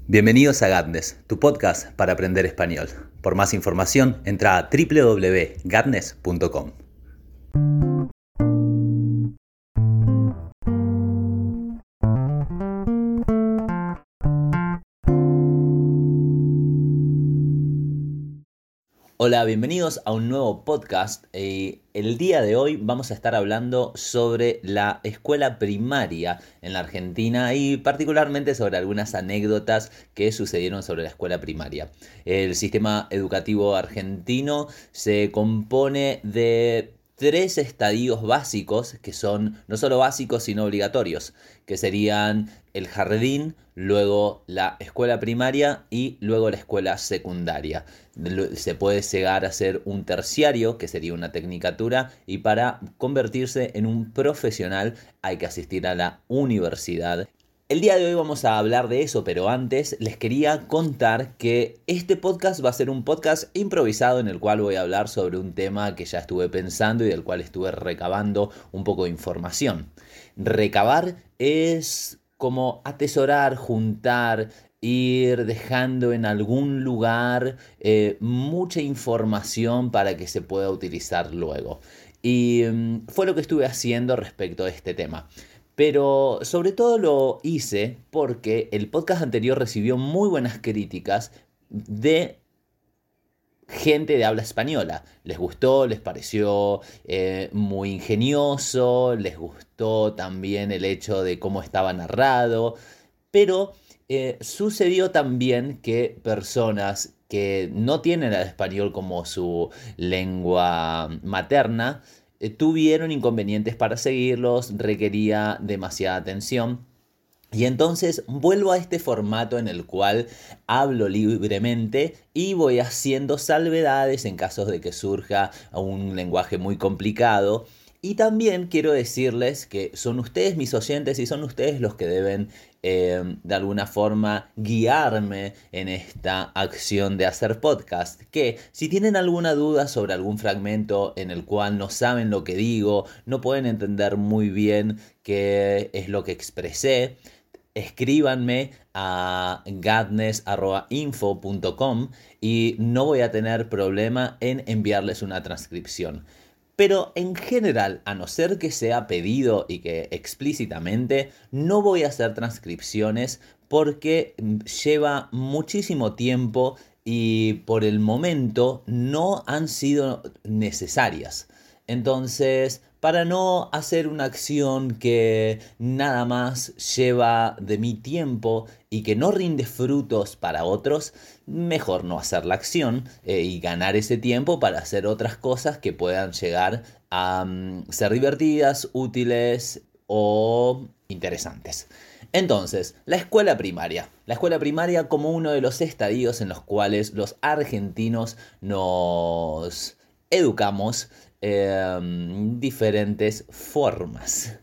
Bienvenidos a Gatnes, tu podcast para aprender español. Por más información, entra a www.gatnes.com. Hola, bienvenidos a un nuevo podcast. El día de hoy vamos a estar hablando sobre la escuela primaria en la Argentina y particularmente sobre algunas anécdotas que sucedieron sobre la escuela primaria. El sistema educativo argentino se compone de 3 estadios básicos que son no solo básicos sino obligatorios, que serían el jardín, luego la escuela primaria y luego la escuela secundaria. Se puede llegar a hacer un terciario, que sería una tecnicatura, y para convertirse en un profesional hay que asistir a la universidad. El día de hoy vamos a hablar de eso, pero antes les quería contar que este podcast va a ser un podcast improvisado en el cual voy a hablar sobre un tema que ya estuve pensando y del cual estuve recabando un poco de información. Recabar es como atesorar, juntar, ir dejando en algún lugar mucha información para que se pueda utilizar luego. Y fue lo que estuve haciendo respecto a este tema. Pero sobre todo lo hice porque el podcast anterior recibió muy buenas críticas de gente de habla española. Les gustó, les pareció muy ingenioso, les gustó también el hecho de cómo estaba narrado, pero sucedió también que personas que no tienen el español como su lengua materna tuvieron inconvenientes para seguirlos, requería demasiada atención. Y entonces vuelvo a este formato en el cual hablo libremente y voy haciendo salvedades en casos de que surja un lenguaje muy complicado. Y también quiero decirles que son ustedes mis oyentes y son ustedes los que deben de alguna forma guiarme en esta acción de hacer podcast. Que si tienen alguna duda sobre algún fragmento en el cual no saben lo que digo, no pueden entender muy bien qué es lo que expresé, escríbanme a gatnes@info.com y no voy a tener problema en enviarles una transcripción. Pero en general, a no ser que sea pedido y que explícitamente, no voy a hacer transcripciones porque lleva muchísimo tiempo y por el momento no han sido necesarias. Entonces, para no hacer una acción que nada más lleva de mi tiempo y que no rinde frutos para otros, mejor no hacer la acción y ganar ese tiempo para hacer otras cosas que puedan llegar a ser divertidas, útiles o interesantes. Entonces, la escuela primaria. La escuela primaria como uno de los estadios en los cuales los argentinos nos educamos diferentes formas.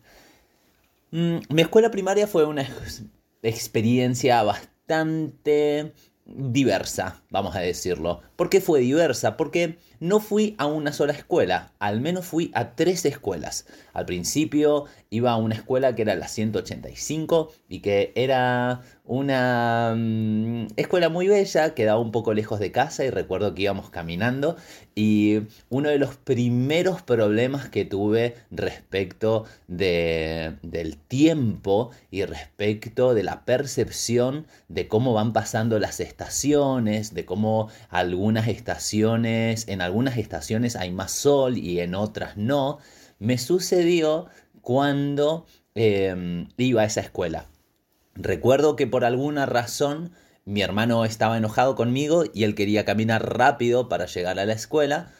Mi escuela primaria fue una experiencia bastante diversa, vamos a decirlo. ¿Por qué fue diversa? Porque no fui a una sola escuela, al menos fui a 3 escuelas. Al principio iba a una escuela que era la 185 y que era una escuela muy bella, quedaba un poco lejos de casa y recuerdo que íbamos caminando y uno de los primeros problemas que tuve respecto del tiempo y respecto de la percepción de cómo van pasando las estaciones, de cómo en algunas estaciones hay más sol y en otras no, me sucedió cuando iba a esa escuela. Recuerdo que por alguna razón mi hermano estaba enojado conmigo y él quería caminar rápido para llegar a la escuela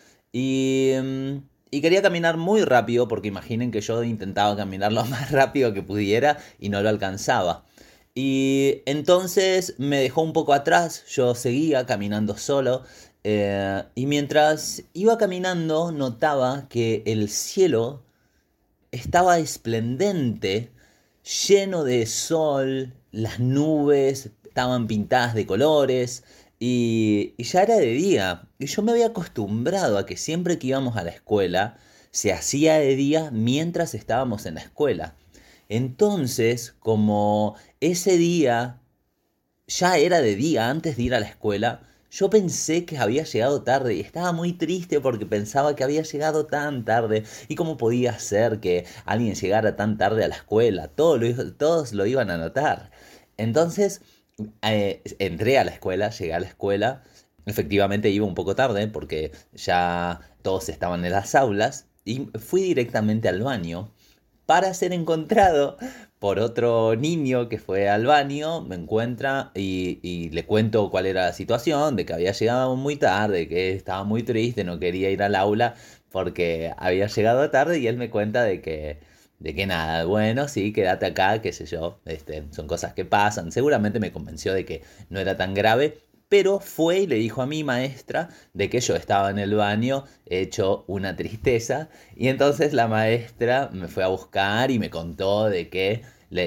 y quería caminar muy rápido porque imaginen que yo intentaba caminar lo más rápido que pudiera y no lo alcanzaba. Y entonces me dejó un poco atrás, yo seguía caminando solo y mientras iba caminando notaba que el cielo estaba esplendente, lleno de sol, las nubes estaban pintadas de colores y ya era de día. Y yo me había acostumbrado a que siempre que íbamos a la escuela se hacía de día mientras estábamos en la escuela. Entonces, como ese día ya era de día antes de ir a la escuela. Yo pensé que había llegado tarde y estaba muy triste porque pensaba que había llegado tan tarde. ¿Y cómo podía ser que alguien llegara tan tarde a la escuela? Todos lo iban a notar. Entonces, entré a la escuela, llegué a la escuela. Efectivamente iba un poco tarde porque ya todos estaban en las aulas y fui directamente al baño para ser encontrado por otro niño que fue al baño, me encuentra y le cuento cuál era la situación, de que había llegado muy tarde, que estaba muy triste, no quería ir al aula porque había llegado tarde y él me cuenta de que nada, bueno, sí, quédate acá, qué sé yo, son cosas que pasan, seguramente me convenció de que no era tan grave. Pero fue y le dijo a mi maestra de que yo estaba en el baño hecho una tristeza y entonces la maestra me fue a buscar y me contó de que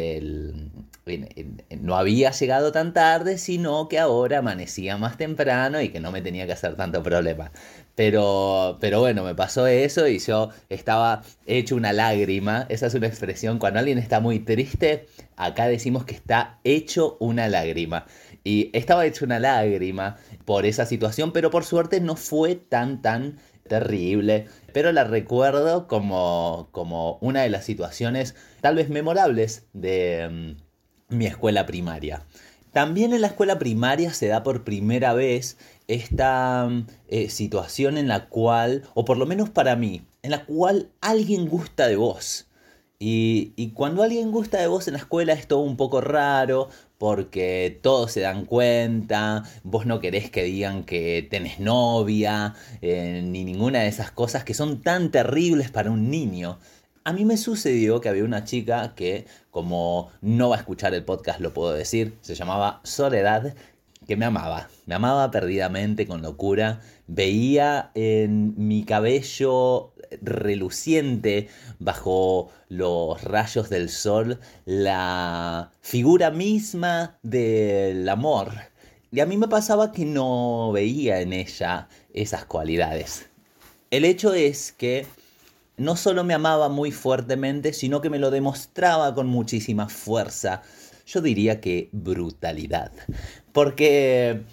no había llegado tan tarde, sino que ahora amanecía más temprano y que no me tenía que hacer tanto problema. Pero bueno, me pasó eso y yo estaba hecho una lágrima. Esa es una expresión, cuando alguien está muy triste, acá decimos que está hecho una lágrima. Y estaba hecho una lágrima por esa situación, pero por suerte no fue tan terrible, pero la recuerdo como una de las situaciones tal vez memorables de mi escuela primaria. También en la escuela primaria se da por primera vez esta situación en la cual, o por lo menos para mí, en la cual alguien gusta de vos. Y cuando alguien gusta de vos en la escuela es todo un poco raro porque todos se dan cuenta, vos no querés que digan que tenés novia, ni ninguna de esas cosas que son tan terribles para un niño. A mí me sucedió que había una chica que, como no va a escuchar el podcast, lo puedo decir, se llamaba Soledad, que me amaba perdidamente, con locura, veía en mi cabello reluciente bajo los rayos del sol la figura misma del amor. Y a mí me pasaba que no veía en ella esas cualidades. El hecho es que no solo me amaba muy fuertemente, sino que me lo demostraba con muchísima fuerza. Yo diría que brutalidad. Porque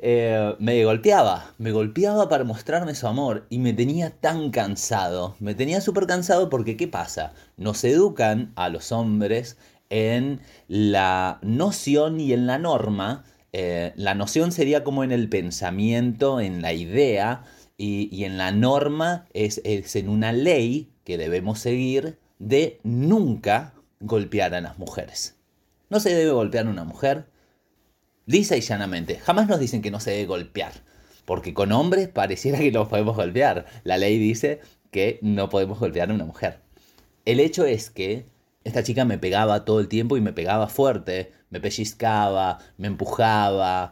me golpeaba para mostrarme su amor y me tenía tan cansado. Me tenía súper cansado porque ¿qué pasa? Nos educan a los hombres en la noción y en la norma. La noción sería como en el pensamiento, en la idea, y en la norma es en una ley que debemos seguir de nunca golpear a las mujeres. No se debe golpear a una mujer, lisa y llanamente. Jamás nos dicen que no se debe golpear, porque con hombres pareciera que los podemos golpear. La ley dice que no podemos golpear a una mujer. El hecho es que esta chica me pegaba todo el tiempo y me pegaba fuerte, me pellizcaba, me empujaba,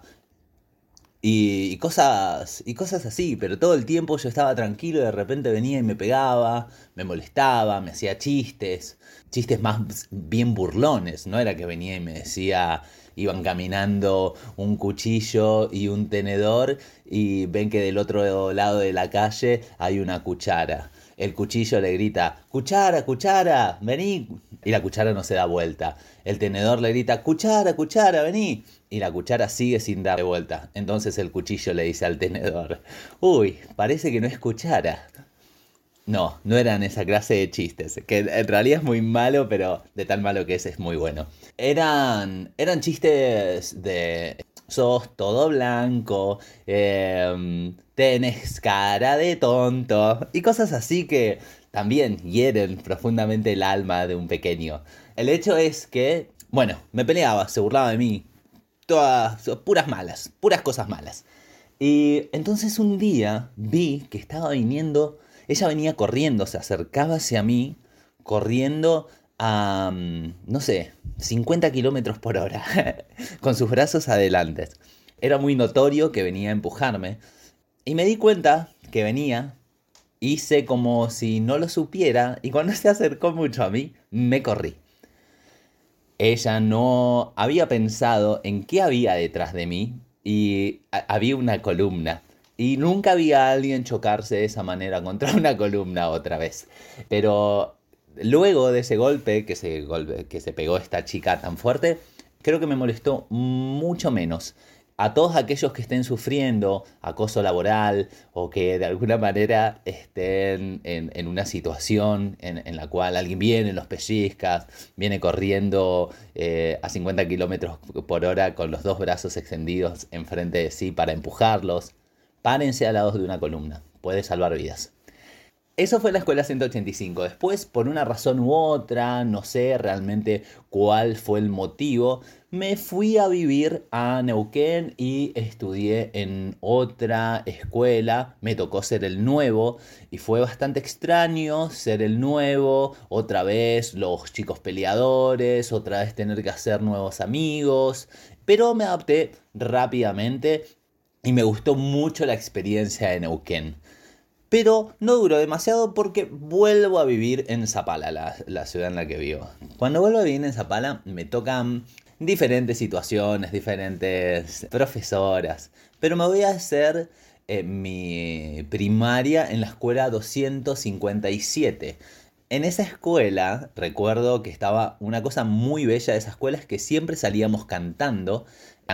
y cosas así, pero todo el tiempo yo estaba tranquilo y de repente venía y me pegaba, me molestaba, me hacía chistes más bien burlones, no era que venía y me decía, iban caminando un cuchillo y un tenedor y ven que del otro lado de la calle hay una cuchara. El cuchillo le grita, cuchara, cuchara, vení. Y la cuchara no se da vuelta. El tenedor le grita, cuchara, cuchara, vení. Y la cuchara sigue sin dar vuelta. Entonces el cuchillo le dice al tenedor, uy, parece que no es cuchara. No, no eran esa clase de chistes, que en realidad es muy malo, pero de tan malo que es muy bueno. Eran chistes de sos todo blanco, tenés cara de tonto y cosas así que también hieren profundamente el alma de un pequeño. El hecho es que, bueno, me peleaba, se burlaba de mí, todas puras malas, puras cosas malas. Y entonces un día vi que estaba viniendo, ella venía corriendo, se acercaba hacia mí, corriendo a, no sé, 50 kilómetros por hora, con sus brazos adelante. Era muy notorio que venía a empujarme. Y me di cuenta que venía, hice como si no lo supiera, y cuando se acercó mucho a mí, me corrí. Ella no había pensado en qué había detrás de mí y había una columna. Y nunca había alguien chocarse de esa manera contra una columna otra vez. Pero luego de ese golpe que se pegó esta chica tan fuerte, creo que me molestó mucho menos. A todos aquellos que estén sufriendo acoso laboral o que de alguna manera estén en una situación en la cual alguien viene, los pellizcas, viene corriendo a 50 kilómetros por hora con los dos brazos extendidos enfrente de sí para empujarlos, párense al lado de una columna, puede salvar vidas. Eso fue la escuela 185. Después, por una razón u otra, no sé realmente cuál fue el motivo, me fui a vivir a Neuquén y estudié en otra escuela. Me tocó ser el nuevo y fue bastante extraño ser el nuevo. Otra vez los chicos peleadores, otra vez tener que hacer nuevos amigos. Pero me adapté rápidamente y me gustó mucho la experiencia de Neuquén. Pero no duró demasiado porque vuelvo a vivir en Zapala, la ciudad en la que vivo. Cuando vuelvo a vivir en Zapala me tocan diferentes situaciones, diferentes profesoras. Pero me voy a hacer mi primaria en la escuela 257. En esa escuela recuerdo que estaba una cosa muy bella de esa escuela, es que siempre salíamos cantando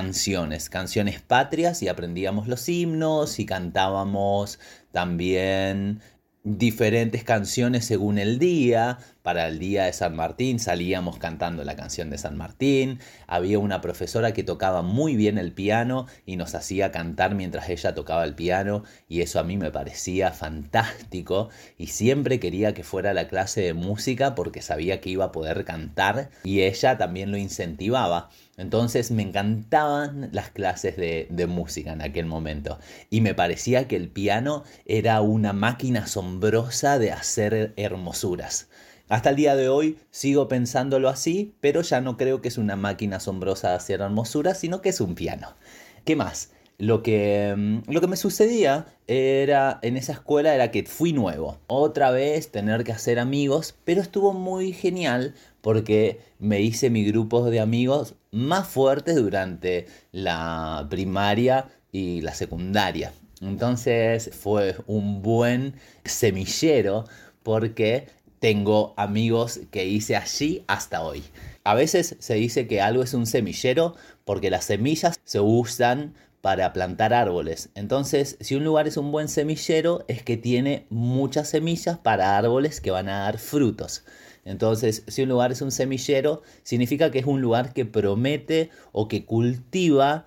canciones patrias y aprendíamos los himnos y cantábamos también diferentes canciones según el día. Para el día de San Martín salíamos cantando la canción de San Martín. Había una profesora que tocaba muy bien el piano y nos hacía cantar mientras ella tocaba el piano, y eso a mí me parecía fantástico y siempre quería que fuera la clase de música porque sabía que iba a poder cantar y ella también lo incentivaba. Entonces me encantaban las clases de música en aquel momento y me parecía que el piano era una máquina asombrosa de hacer hermosuras. Hasta el día de hoy sigo pensándolo así, pero ya no creo que es una máquina asombrosa de hacer hermosuras, sino que es un piano. ¿Qué más? Lo que me sucedía era en esa escuela era que fui nuevo. Otra vez tener que hacer amigos, pero estuvo muy genial porque me hice mi grupo de amigos más fuertes durante la primaria y la secundaria. Entonces fue un buen semillero porque tengo amigos que hice allí hasta hoy. A veces se dice que algo es un semillero porque las semillas se usan para plantar árboles. Entonces, si un lugar es un buen semillero, es que tiene muchas semillas para árboles que van a dar frutos. Entonces, si un lugar es un semillero, significa que es un lugar que promete o que cultiva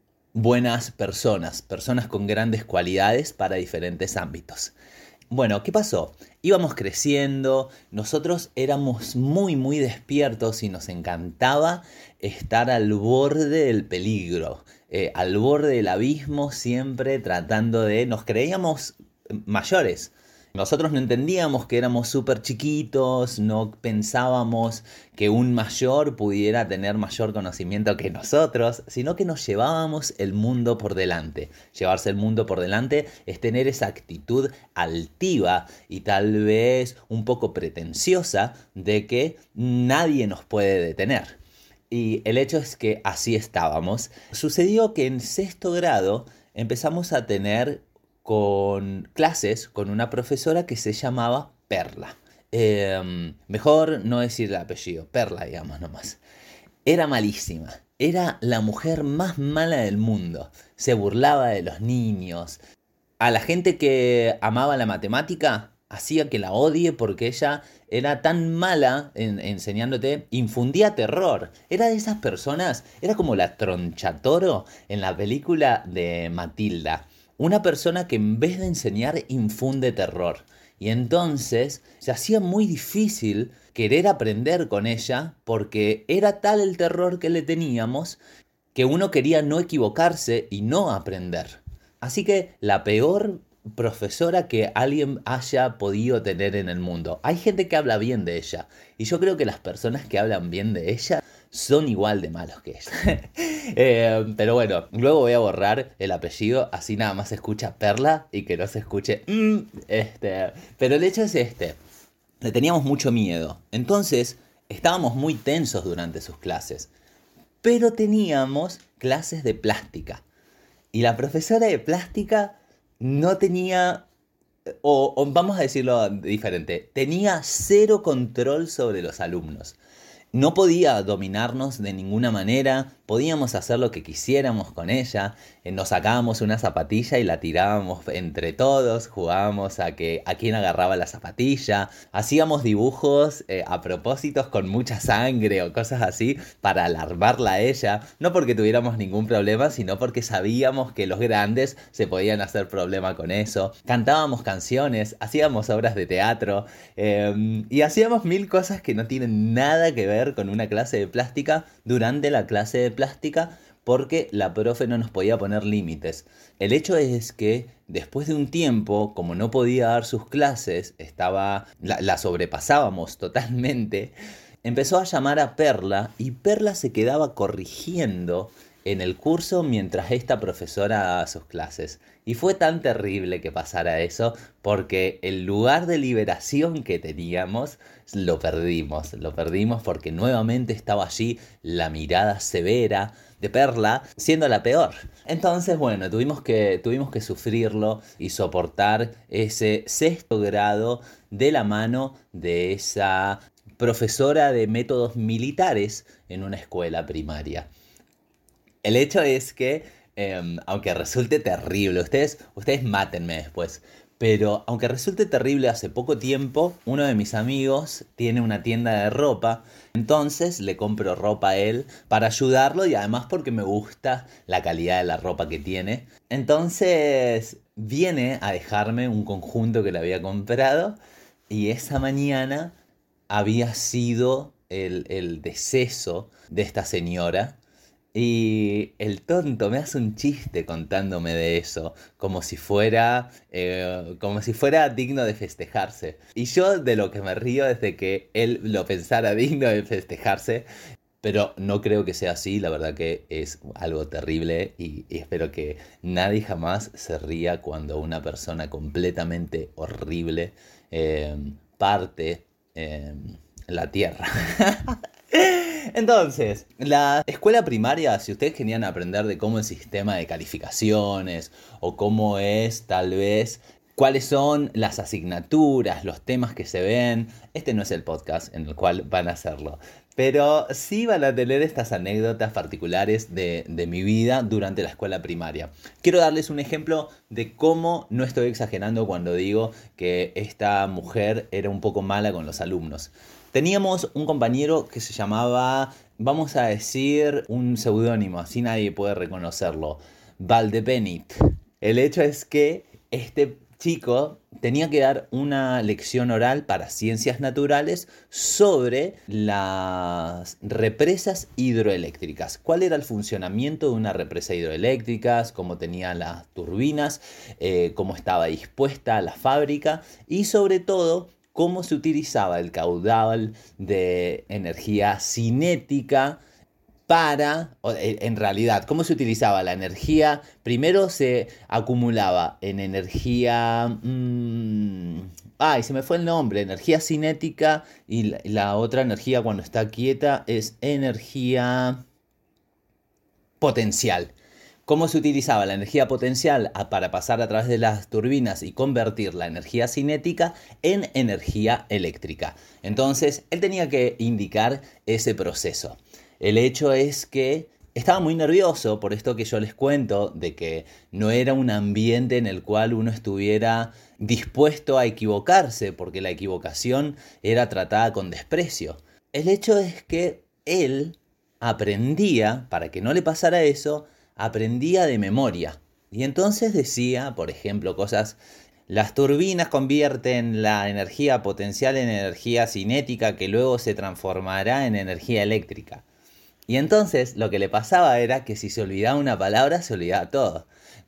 buenas personas, personas con grandes cualidades para diferentes ámbitos. Bueno, ¿qué pasó? Íbamos creciendo, nosotros éramos muy despiertos y nos encantaba estar al borde del peligro, al borde del abismo, siempre tratando de... Nos creíamos mayores. Nosotros no entendíamos que éramos súper chiquitos, no pensábamos que un mayor pudiera tener mayor conocimiento que nosotros, sino que nos llevábamos el mundo por delante. Llevarse el mundo por delante es tener esa actitud altiva y tal vez un poco pretenciosa de que nadie nos puede detener. Y el hecho es que así estábamos. Sucedió que en sexto grado empezamos a tener con clases con una profesora que se llamaba Perla. Mejor no decir el apellido, Perla, digamos nomás. Era malísima, era la mujer más mala del mundo. Se burlaba de los niños. A la gente que amaba la matemática hacía que la odie porque ella era tan mala enseñándote, infundía terror. Era de esas personas, era como la Tronchatoro en la película de Matilda. Una persona que en vez de enseñar infunde terror. Y entonces se hacía muy difícil querer aprender con ella porque era tal el terror que le teníamos que uno quería no equivocarse y no aprender. Así que la peor profesora que alguien haya podido tener en el mundo. Hay gente que habla bien de ella y yo creo que las personas que hablan bien de ella son igual de malos que ella. Pero bueno, luego voy a borrar el apellido, así nada más se escucha Perla y que no se escuche Pero el hecho es le teníamos mucho miedo. Entonces estábamos muy tensos durante sus clases. Pero teníamos clases de plástica. Y la profesora de plástica no tenía, o vamos a decirlo diferente, tenía cero control sobre los alumnos. no podía dominarnos de ninguna manera, podíamos hacer lo que quisiéramos con ella, nos sacábamos una zapatilla y la tirábamos entre todos, jugábamos a quién agarraba la zapatilla, hacíamos dibujos a propósitos con mucha sangre o cosas así para alarmarla a ella, no porque tuviéramos ningún problema, sino porque sabíamos que los grandes se podían hacer problema con eso, cantábamos canciones, hacíamos obras de teatro y hacíamos mil cosas que no tienen nada que ver con una clase de plástica durante la clase de plástica porque la profe no nos podía poner límites. El hecho es que después de un tiempo, como no podía dar sus clases, la sobrepasábamos totalmente, empezó a llamar a Perla y Perla se quedaba corrigiendo en el curso mientras esta profesora daba sus clases. Y fue tan terrible que pasara eso porque el lugar de liberación que teníamos lo perdimos porque nuevamente estaba allí la mirada severa de Perla siendo la peor. Entonces, bueno, tuvimos que sufrirlo y soportar ese sexto grado de la mano de esa profesora de métodos militares en una escuela primaria. El hecho es que, aunque resulte terrible, ustedes mátenme después, pero aunque resulte terrible, hace poco tiempo uno de mis amigos tiene una tienda de ropa, entonces le compro ropa a él para ayudarlo y además porque me gusta la calidad de la ropa que tiene. Entonces viene a dejarme un conjunto que le había comprado y esa mañana había sido el deceso de esta señora. Y el tonto me hace un chiste contándome de eso, como si fuera digno de festejarse. Y yo de lo que me río es de que él lo pensara digno de festejarse, pero no creo que sea así, la verdad que es algo terrible y espero que nadie jamás se ría cuando una persona completamente horrible parte la tierra. Entonces, la escuela primaria, si ustedes querían aprender de cómo el sistema de calificaciones o cómo es tal vez cuáles son las asignaturas, los temas que se ven, este no es el podcast en el cual van a hacerlo. Pero sí van a tener estas anécdotas particulares de mi vida durante la escuela primaria. Quiero darles un ejemplo de cómo no estoy exagerando cuando digo que esta mujer era un poco mala con los alumnos. Teníamos un compañero que se llamaba, vamos a decir, un seudónimo, así nadie puede reconocerlo, Valdebenit. El hecho es que este chico tenía que dar una lección oral para ciencias naturales sobre las represas hidroeléctricas. ¿Cuál era el funcionamiento de una represa hidroeléctrica? ¿Cómo tenían las turbinas? ¿Cómo estaba dispuesta la fábrica? Y sobre todo, cómo se utilizaba el caudal de energía cinética en realidad, cómo se utilizaba la energía. Primero se acumulaba en energía, se me fue el nombre, energía cinética, y la otra energía cuando está quieta es energía potencial. ¿Cómo se utilizaba la energía potencial para pasar a través de las turbinas y convertir la energía cinética en energía eléctrica? Entonces, él tenía que indicar ese proceso. El hecho es que estaba muy nervioso por esto que yo les cuento, de que no era un ambiente en el cual uno estuviera dispuesto a equivocarse, porque la equivocación era tratada con desprecio. El hecho es que él aprendía, para que no le pasara eso, aprendía de memoria. Y entonces decía, por ejemplo, cosas: las turbinas convierten la energía potencial en energía cinética que luego se transformará en energía eléctrica. Y entonces lo que le pasaba era que si se olvidaba una palabra, se olvidaba todo.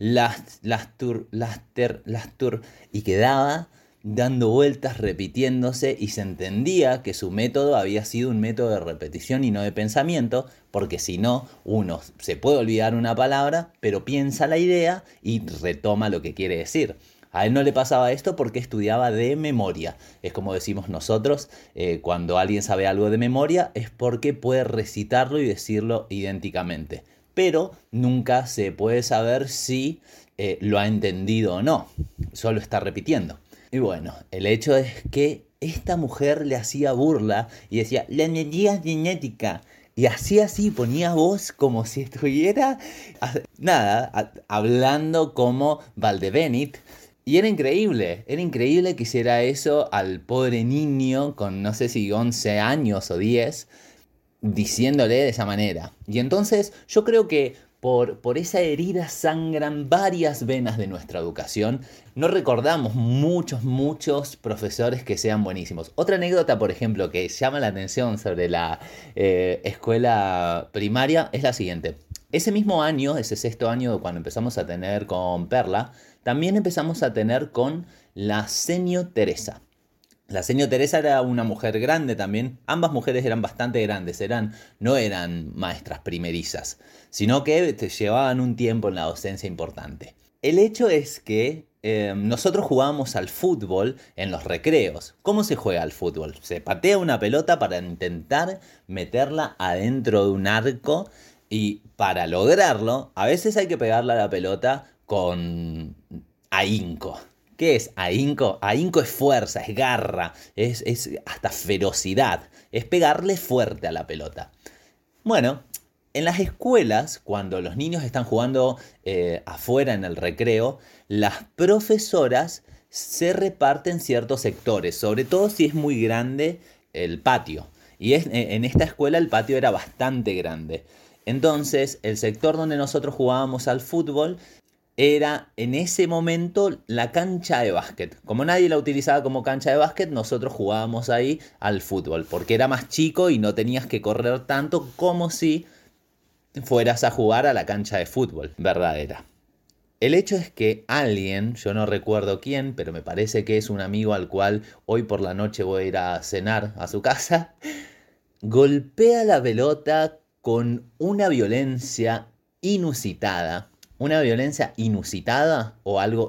Y quedaba dando vueltas, repitiéndose, y se entendía que su método había sido un método de repetición y no de pensamiento, porque si no, uno se puede olvidar una palabra, pero piensa la idea y retoma lo que quiere decir. A él no le pasaba esto porque estudiaba de memoria. Es como decimos nosotros, cuando alguien sabe algo de memoria es porque puede recitarlo y decirlo idénticamente. Pero nunca se puede saber si lo ha entendido o no. Solo está repitiendo. Y bueno, el hecho es que esta mujer le hacía burla y decía, la energía genética. Y hacía así, ponía voz como si estuviera, hablando como Valdebenit. Y era increíble que hiciera eso al pobre niño con no sé si 11 años o 10, diciéndole de esa manera. Y entonces yo creo que por esa herida sangran varias venas de nuestra educación. No recordamos muchos profesores que sean buenísimos. Otra anécdota, por ejemplo, que llama la atención sobre la escuela primaria es la siguiente. Ese mismo año, ese sexto año cuando empezamos a tener con Perla, también empezamos a tener con la seño Teresa. La señora Teresa era una mujer grande también. Ambas mujeres eran bastante grandes, no eran maestras primerizas, sino que llevaban un tiempo en la docencia importante. El hecho es que nosotros jugábamos al fútbol en los recreos. ¿Cómo se juega al fútbol? Se patea una pelota para intentar meterla adentro de un arco y para lograrlo, a veces hay que pegarle a la pelota con ahínco. ¿Qué es ahínco? Ahínco es fuerza, es garra, es hasta ferocidad, es pegarle fuerte a la pelota. Bueno, en las escuelas, cuando los niños están jugando afuera en el recreo, las profesoras se reparten ciertos sectores, sobre todo si es muy grande el patio. Y en esta escuela el patio era bastante grande. Entonces, el sector donde nosotros jugábamos al fútbol era en ese momento la cancha de básquet. Como nadie la utilizaba como cancha de básquet, nosotros jugábamos ahí al fútbol, porque era más chico y no tenías que correr tanto como si fueras a jugar a la cancha de fútbol verdadera. El hecho es que alguien, yo no recuerdo quién, pero me parece que es un amigo al cual hoy por la noche voy a ir a cenar a su casa, golpea la pelota con una violencia inusitada. Una violencia inusitada o algo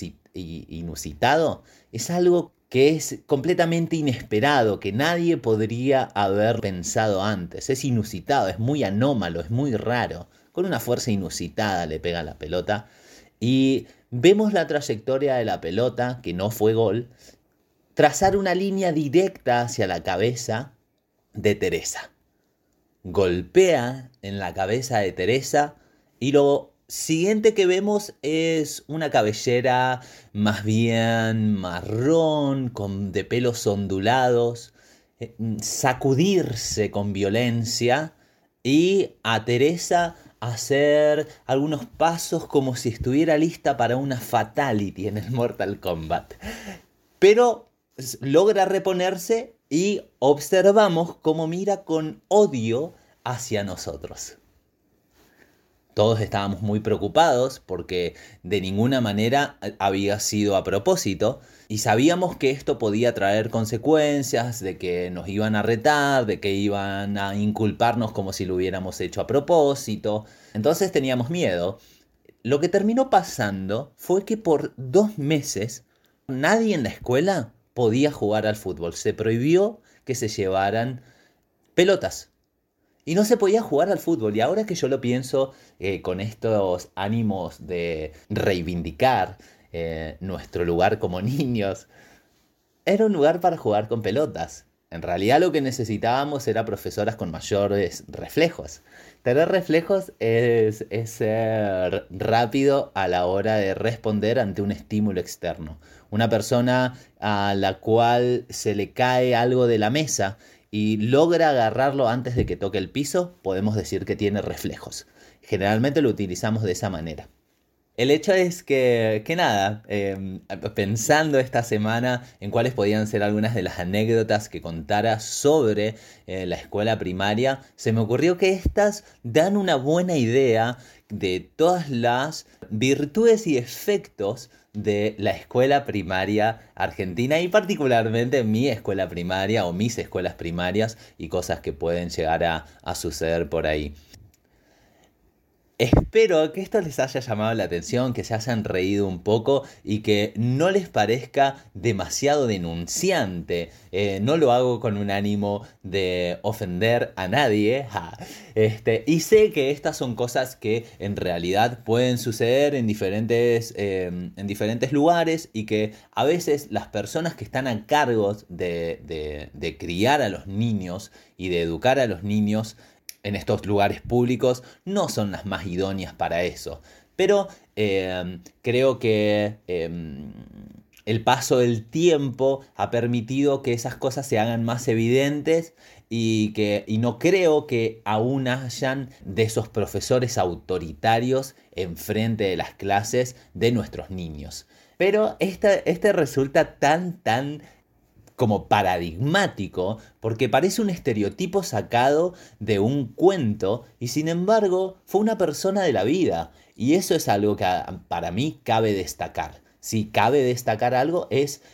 inusitado es algo que es completamente inesperado, que nadie podría haber pensado antes. Es inusitado, es muy anómalo, es muy raro. Con una fuerza inusitada le pega la pelota y vemos la trayectoria de la pelota, que no fue gol, trazar una línea directa hacia la cabeza de Teresa. Golpea en la cabeza de Teresa y lo siguiente que vemos es una cabellera más bien marrón, de pelos ondulados, sacudirse con violencia y a Teresa hacer algunos pasos como si estuviera lista para una fatality en el Mortal Kombat. Pero logra reponerse y observamos cómo mira con odio hacia nosotros. Todos estábamos muy preocupados porque de ninguna manera había sido a propósito y sabíamos que esto podía traer consecuencias, de que nos iban a retar, de que iban a inculparnos como si lo hubiéramos hecho a propósito. Entonces teníamos miedo. Lo que terminó pasando fue que por 2 meses nadie en la escuela podía jugar al fútbol. Se prohibió que se llevaran pelotas. Y no se podía jugar al fútbol. Y ahora que yo lo pienso con estos ánimos de reivindicar nuestro lugar como niños, era un lugar para jugar con pelotas. En realidad lo que necesitábamos era profesoras con mayores reflejos. Tener reflejos es ser rápido a la hora de responder ante un estímulo externo. Una persona a la cual se le cae algo de la mesa y logra agarrarlo antes de que toque el piso, podemos decir que tiene reflejos. Generalmente lo utilizamos de esa manera. El hecho es que nada, pensando esta semana en cuáles podían ser algunas de las anécdotas que contara sobre la escuela primaria, se me ocurrió que estas dan una buena idea de todas las virtudes y efectos de la escuela primaria argentina y particularmente mi escuela primaria o mis escuelas primarias y cosas que pueden llegar a suceder por ahí. Espero que esto les haya llamado la atención, que se hayan reído un poco y que no les parezca demasiado denunciante. No lo hago con un ánimo de ofender a nadie. Y sé que estas son cosas que en realidad pueden suceder en diferentes lugares y que a veces las personas que están a cargo de criar a los niños y de educar a los niños en estos lugares públicos no son las más idóneas para eso. Pero creo que el paso del tiempo ha permitido que esas cosas se hagan más evidentes y no creo que aún hayan de esos profesores autoritarios enfrente de las clases de nuestros niños. Pero este resulta tan como paradigmático, porque parece un estereotipo sacado de un cuento y sin embargo fue una persona de la vida. Y eso es algo que para mí cabe destacar. Si cabe destacar algo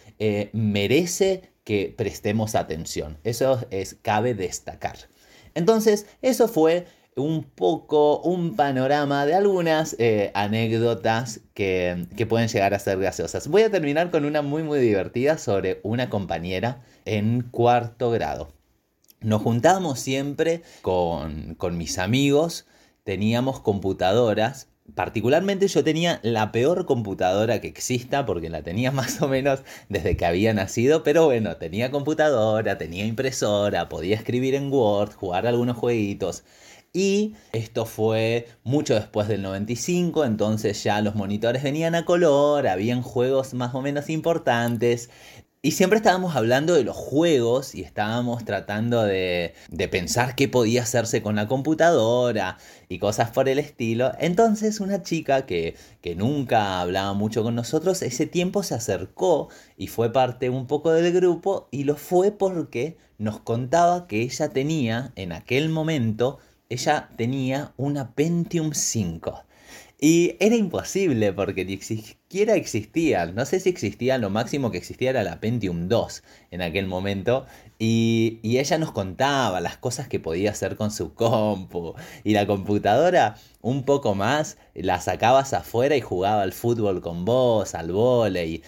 merece que prestemos atención. Cabe destacar. Entonces, eso fue un poco un panorama de algunas anécdotas que pueden llegar a ser graciosas. Voy a terminar con una muy divertida sobre una compañera en cuarto grado. Nos juntábamos siempre con mis amigos, teníamos computadoras. Particularmente yo tenía la peor computadora que exista porque la tenía más o menos desde que había nacido, pero bueno, tenía computadora, tenía impresora, podía escribir en Word, jugar algunos jueguitos. Y esto fue mucho después del 95, entonces ya los monitores venían a color, habían juegos más o menos importantes. Y siempre estábamos hablando de los juegos y estábamos tratando de pensar qué podía hacerse con la computadora y cosas por el estilo. Entonces una chica que nunca hablaba mucho con nosotros, ese tiempo se acercó y fue parte un poco del grupo y lo fue porque nos contaba que ella tenía, en aquel momento, ella tenía una Pentium 5. Y era imposible porque ni siquiera existía. No sé si existía, lo máximo que existía era la Pentium 2 en aquel momento. Y ella nos contaba las cosas que podía hacer con su compu. Y la computadora, un poco más, la sacabas afuera y jugaba al fútbol con vos, al vóley.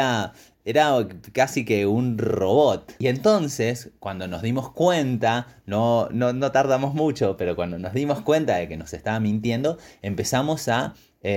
Era casi que un robot. Y entonces, cuando nos dimos cuenta, no tardamos mucho, pero cuando nos dimos cuenta de que nos estaba mintiendo, empezamos a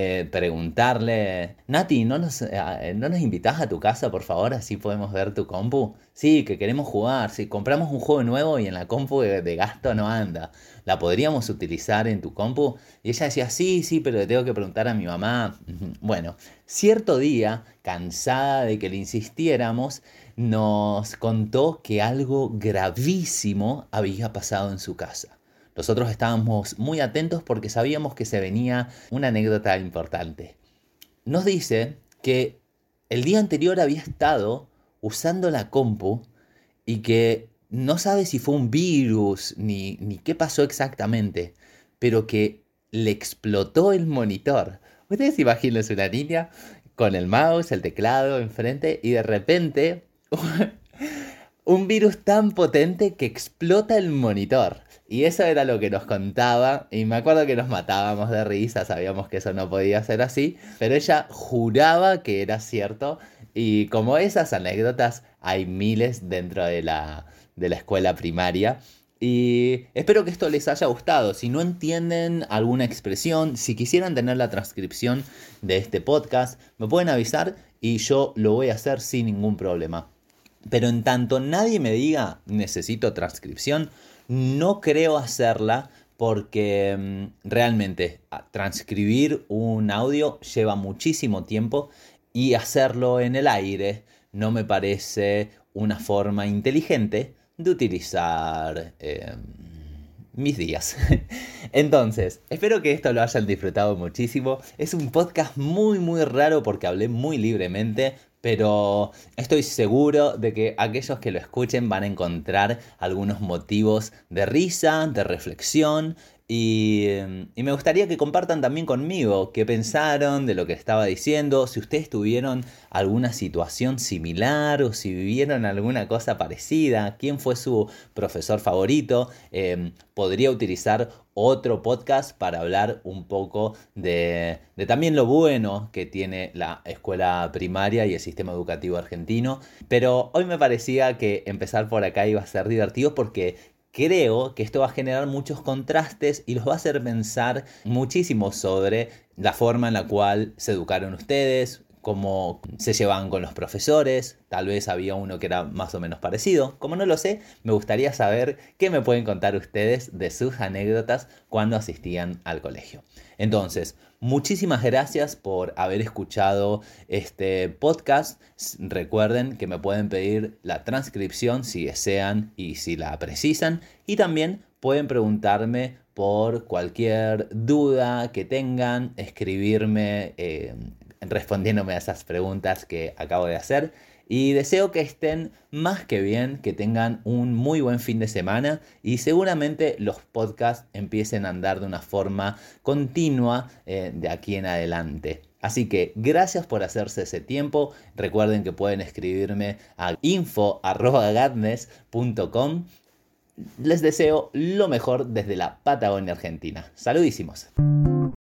preguntarle: Nati, ¿no nos invitás a tu casa, por favor? Así podemos ver tu compu. Sí, que queremos jugar. Sí, compramos un juego nuevo y en la compu de gasto no anda. ¿La podríamos utilizar en tu compu? Y ella decía: sí, pero le tengo que preguntar a mi mamá. Bueno, cierto día, cansada de que le insistiéramos, nos contó que algo gravísimo había pasado en su casa. Nosotros estábamos muy atentos porque sabíamos que se venía una anécdota importante. Nos dice que el día anterior había estado usando la compu y que no sabe si fue un virus ni qué pasó exactamente, pero que le explotó el monitor. Ustedes imagínense una niña con el mouse, el teclado enfrente y de repente un virus tan potente que explota el monitor. Y eso era lo que nos contaba, y me acuerdo que nos matábamos de risa, sabíamos que eso no podía ser así, pero ella juraba que era cierto, y como esas anécdotas hay miles dentro de la escuela primaria. Y espero que esto les haya gustado. Si no entienden alguna expresión, si quisieran tener la transcripción de este podcast, me pueden avisar y yo lo voy a hacer sin ningún problema. Pero en tanto nadie me diga necesito transcripción, no creo hacerla porque realmente transcribir un audio lleva muchísimo tiempo y hacerlo en el aire no me parece una forma inteligente de utilizar mis días. Entonces, espero que esto lo hayan disfrutado muchísimo. Es un podcast muy raro porque hablé muy libremente, pero estoy seguro de que aquellos que lo escuchen van a encontrar algunos motivos de risa, de reflexión Y me gustaría que compartan también conmigo qué pensaron de lo que estaba diciendo, si ustedes tuvieron alguna situación similar o si vivieron alguna cosa parecida, quién fue su profesor favorito. Podría utilizar otro podcast para hablar un poco de también lo bueno que tiene la escuela primaria y el sistema educativo argentino. Pero hoy me parecía que empezar por acá iba a ser divertido porque creo que esto va a generar muchos contrastes y los va a hacer pensar muchísimo sobre la forma en la cual se educaron ustedes, cómo se llevaban con los profesores. Tal vez había uno que era más o menos parecido. Como no lo sé, me gustaría saber qué me pueden contar ustedes de sus anécdotas cuando asistían al colegio. Entonces, muchísimas gracias por haber escuchado este podcast. Recuerden que me pueden pedir la transcripción si desean y si la precisan. Y también pueden preguntarme por cualquier duda que tengan, escribirme respondiéndome a esas preguntas que acabo de hacer. Y deseo que estén más que bien, que tengan un muy buen fin de semana y seguramente los podcasts empiecen a andar de una forma continua de aquí en adelante. Así que gracias por hacerse ese tiempo. Recuerden que pueden escribirme a info@gadnes.com. Les deseo lo mejor desde la Patagonia Argentina. Saludísimos.